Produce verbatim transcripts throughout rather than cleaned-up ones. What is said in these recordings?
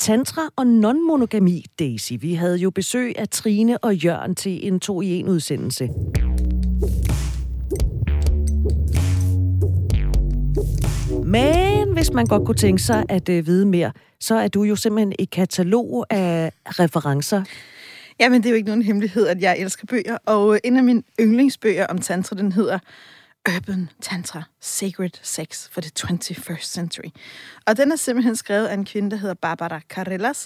Tantra og non-monogami, Daisy. Vi havde jo besøg af Trine og Jørgen til en to i en udsendelse. Men hvis man godt kunne tænke sig at øh, vide mere, så er du jo simpelthen et katalog af referencer. Jamen, det er jo ikke nogen hemmelighed, at jeg elsker bøger, og en af mine yndlingsbøger om tantra, den hedder Urban Tantra, Sacred Sex for the twenty-first century. Og den er simpelthen skrevet af en kvinde, der hedder Barbara Carreras.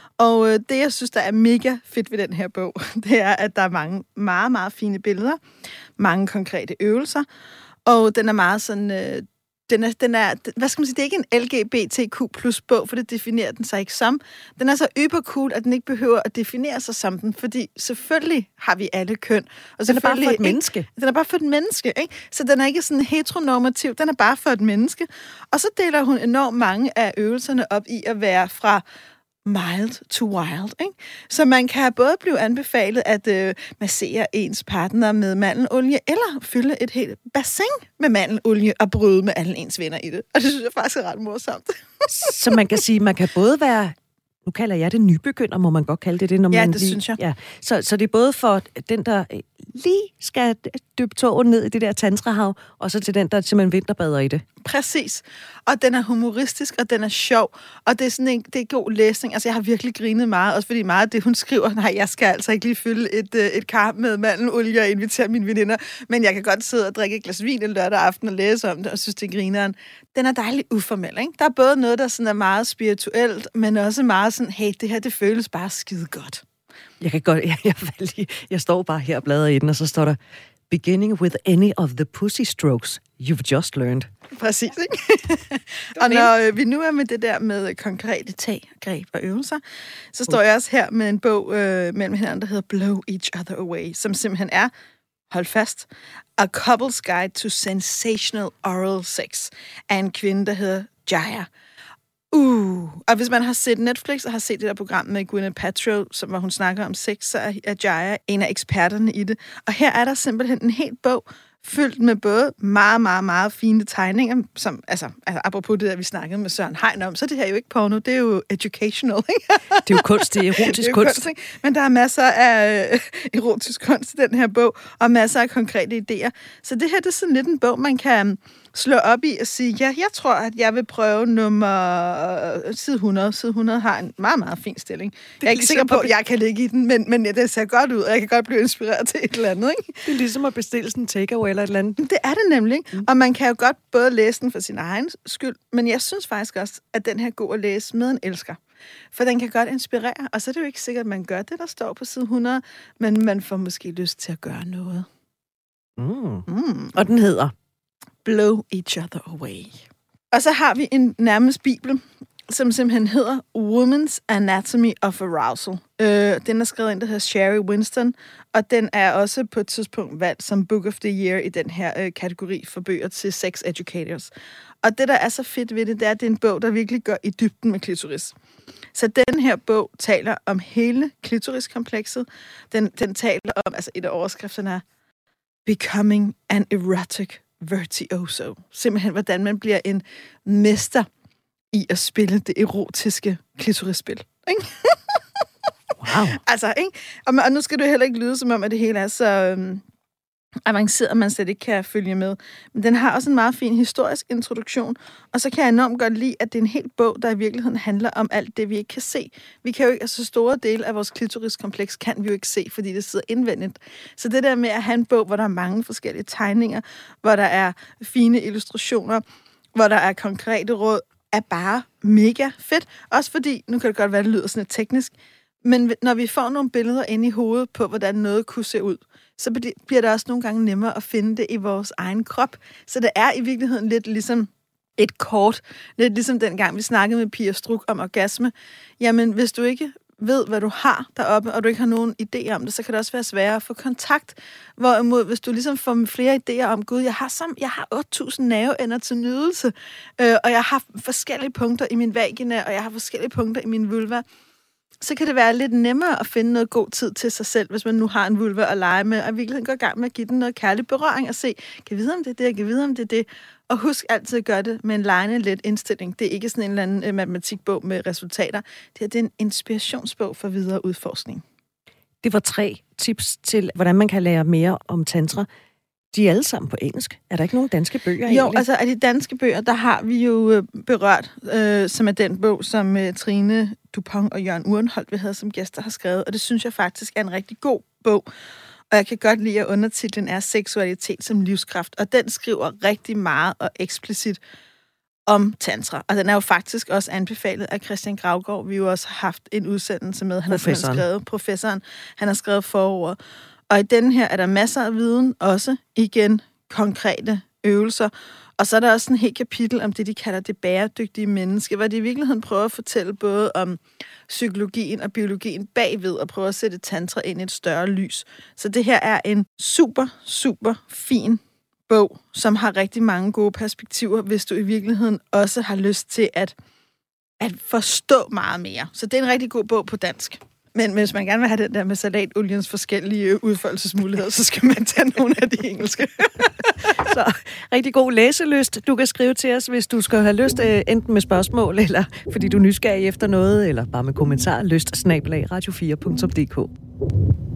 Og det, jeg synes, der er mega fedt ved den her bog, det er, at der er mange meget, meget fine billeder, mange konkrete øvelser, og den er meget sådan... Øh, Den er, den er, hvad skal man sige, det er ikke en L G B T Q plus bog, for det definerer den sig ikke som. Den er så yber cool, at den ikke behøver at definere sig som den, fordi selvfølgelig har vi alle køn. Og den er bare for et menneske. Ikke, den er bare for et menneske, ikke? Så den er ikke sådan heteronormativ, den er bare for et menneske. Og så deler hun enormt mange af øvelserne op i at være fra mild to wild, ikke? Så man kan både blive anbefalet at øh, massere ens partner med mandelolie, eller fylde et helt bassin med mandelolie og bryde med alle ens venner i det. Og det synes jeg faktisk er ret morsomt. Så man kan sige, man kan både være, nu kalder jeg det nybegynder, må man godt kalde det det, når ja, man det lige, synes jeg. Ja. Så, så det er både for den, der lige skal dyppe tåen ned i det der tantrahav, og så til den, der simpelthen vinterbader i det. Præcis. Og den er humoristisk, og den er sjov, og det er sådan en, det er god læsning. Altså, jeg har virkelig grinet meget, også fordi meget af det, hun skriver, nej, jeg skal altså ikke lige fylde et, et kar med mandelolie og invitere mine veninder, men jeg kan godt sidde og drikke et glas vin en lørdag aften og læse om det, og synes, det er grineren. Den er dejligt uformel, ikke? Der er både noget, der sådan er meget spirituelt, men også meget sådan, hey, det her, det føles bare skide godt. Jeg kan godt, jeg, jeg, jeg står bare her og bladrer i den, og så står der, beginning with any of the pussy strokes you've just learned. Præcis, ikke? Og når vi nu er med det der med konkrete tag, greb og øvelser, så står jeg også her med en bog øh, mellem hinanden, der hedder Blow Each Other Away, som simpelthen er, hold fast, A Couple's Guide to Sensational Oral Sex af en kvinde, der hedder Jaya. Uh, og hvis man har set Netflix og har set det der program med Gwyneth Paltrow, som hvor hun snakker om sex, så er Jaya en af eksperterne i det. Og her er der simpelthen en hel bog, fyldt med både meget, meget, meget fine tegninger, som, altså, altså apropos det, der vi snakkede med Søren Hein om, så det her er jo ikke porno, det er jo educational, ikke? Det er jo kunst, det er erotisk det er kunst. kunst. Men der er masser af øh, erotisk kunst i den her bog, og masser af konkrete idéer. Så det her, det er sådan lidt en bog, man kan slå op i og sige, ja, jeg tror, at jeg vil prøve nummer øh, side hundrede. Side hundrede har en meget, meget fin stilling. Det jeg er ikke ligesom sikker på, at jeg kan ligge i den, men, men det ser godt ud, og jeg kan godt blive inspireret til et eller andet, ikke? Det er ligesom at bestille sådan en takeaway eller et eller andet. Det er det nemlig, mm. og man kan jo godt både læse den for sin egen skyld, men jeg synes faktisk også, at den her er god at læse med en elsker. For den kan godt inspirere, og så er det jo ikke sikkert, at man gør det, der står på side hundrede, men man får måske lyst til at gøre noget. Mm. Mm. Og den hedder Blow Each Other Away. Og så har vi en nærmest bibel, som simpelthen hedder Woman's Anatomy of Arousal. Øh, den er skrevet ind, der hedder Sherry Winston, og den er også på et tidspunkt valgt som Book of the Year i den her øh, kategori for bøger til sex educators. Og det, der er så fedt ved det, det er, at det er en bog, der virkelig går i dybden med klitoris. Så den her bog taler om hele klitoriskomplekset. Den, den taler om, altså et af overskrifterne er Becoming an Erotic Virtuoso. Simpelthen, hvordan man bliver en mester i at spille det erotiske klitorisspil. Ikke? Wow. Altså, ikke? Og, og nu skal du heller ikke lyde som om, at det hele er så øhm, avanceret, at man slet ikke kan følge med. Men den har også en meget fin historisk introduktion, og så kan jeg enormt godt lide, at det er en hel bog, der i virkeligheden handler om alt det, vi ikke kan se. Vi kan jo ikke, altså store dele af vores klitoriskompleks kan vi jo ikke se, fordi det sidder indvendigt. Så det der med at have en bog, hvor der er mange forskellige tegninger, hvor der er fine illustrationer, hvor der er konkrete råd, er bare mega fedt. Også fordi, nu kan det godt være, det lyder sådan lidt teknisk, men når vi får nogle billeder inde i hovedet på, hvordan noget kunne se ud, så bliver det også nogle gange nemmere at finde det i vores egen krop. Så det er i virkeligheden lidt ligesom et kort. Lidt ligesom dengang, vi snakkede med Pia Struk om orgasme. Jamen, hvis du ikke ved, hvad du har deroppe, og du ikke har nogen idé om det, så kan det også være sværere at få kontakt. Hvorimod, hvis du ligesom får flere idéer om, gud, jeg har, som, jeg har otte tusind nerveender til nydelse, øh, og jeg har forskellige punkter i min vagina, og jeg har forskellige punkter i min vulva, så kan det være lidt nemmere at finde noget god tid til sig selv, hvis man nu har en vulva at lege med, og i virkeligheden går i gang med at give den noget kærlig berøring og se, kan vi vide om det er det, kan vi vide om det er det, og husk altid at gøre det med en legende let indstilling. Det er ikke sådan en eller anden uh, matematikbog med resultater. Det her det er en inspirationsbog for videre udforskning. Det var tre tips til, hvordan man kan lære mere om tantra. De er alle sammen på engelsk. Er der ikke nogen danske bøger egentlig? Jo, altså af de danske bøger, der har vi jo berørt, øh, som er den bog, som øh, Trine Dupont og Jørgen Urenholdt, vi havde som gæster, har skrevet. Og det synes jeg faktisk er en rigtig god bog. Og jeg kan godt lide, at undertitlen er Seksualitet som livskraft. Og den skriver rigtig meget og eksplicit om tantra. Og den er jo faktisk også anbefalet af Christian Gravgaard. Vi jo også har haft en udsendelse med. Han har skrevet, professoren, han har skrevet forordet. Og i den her er der masser af viden, også igen konkrete øvelser. Og så er der også en helt kapitel om det, de kalder det bæredygtige menneske, hvor de i virkeligheden prøver at fortælle både om psykologien og biologien bagved, og prøver at sætte tantra ind i et større lys. Så det her er en super, super fin bog, som har rigtig mange gode perspektiver, hvis du i virkeligheden også har lyst til at, at forstå meget mere. Så det er en rigtig god bog på dansk. Men hvis man gerne vil have den der med salatoliens forskellige udførelsesmuligheder, så skal man tage nogle af de engelske. Så rigtig god læselyst. Du kan skrive til os, hvis du skal have lyst, enten med spørgsmål, eller fordi du er nysgerrig efter noget, eller bare med kommentarer, lyst snabel-a radio fire punktum d k.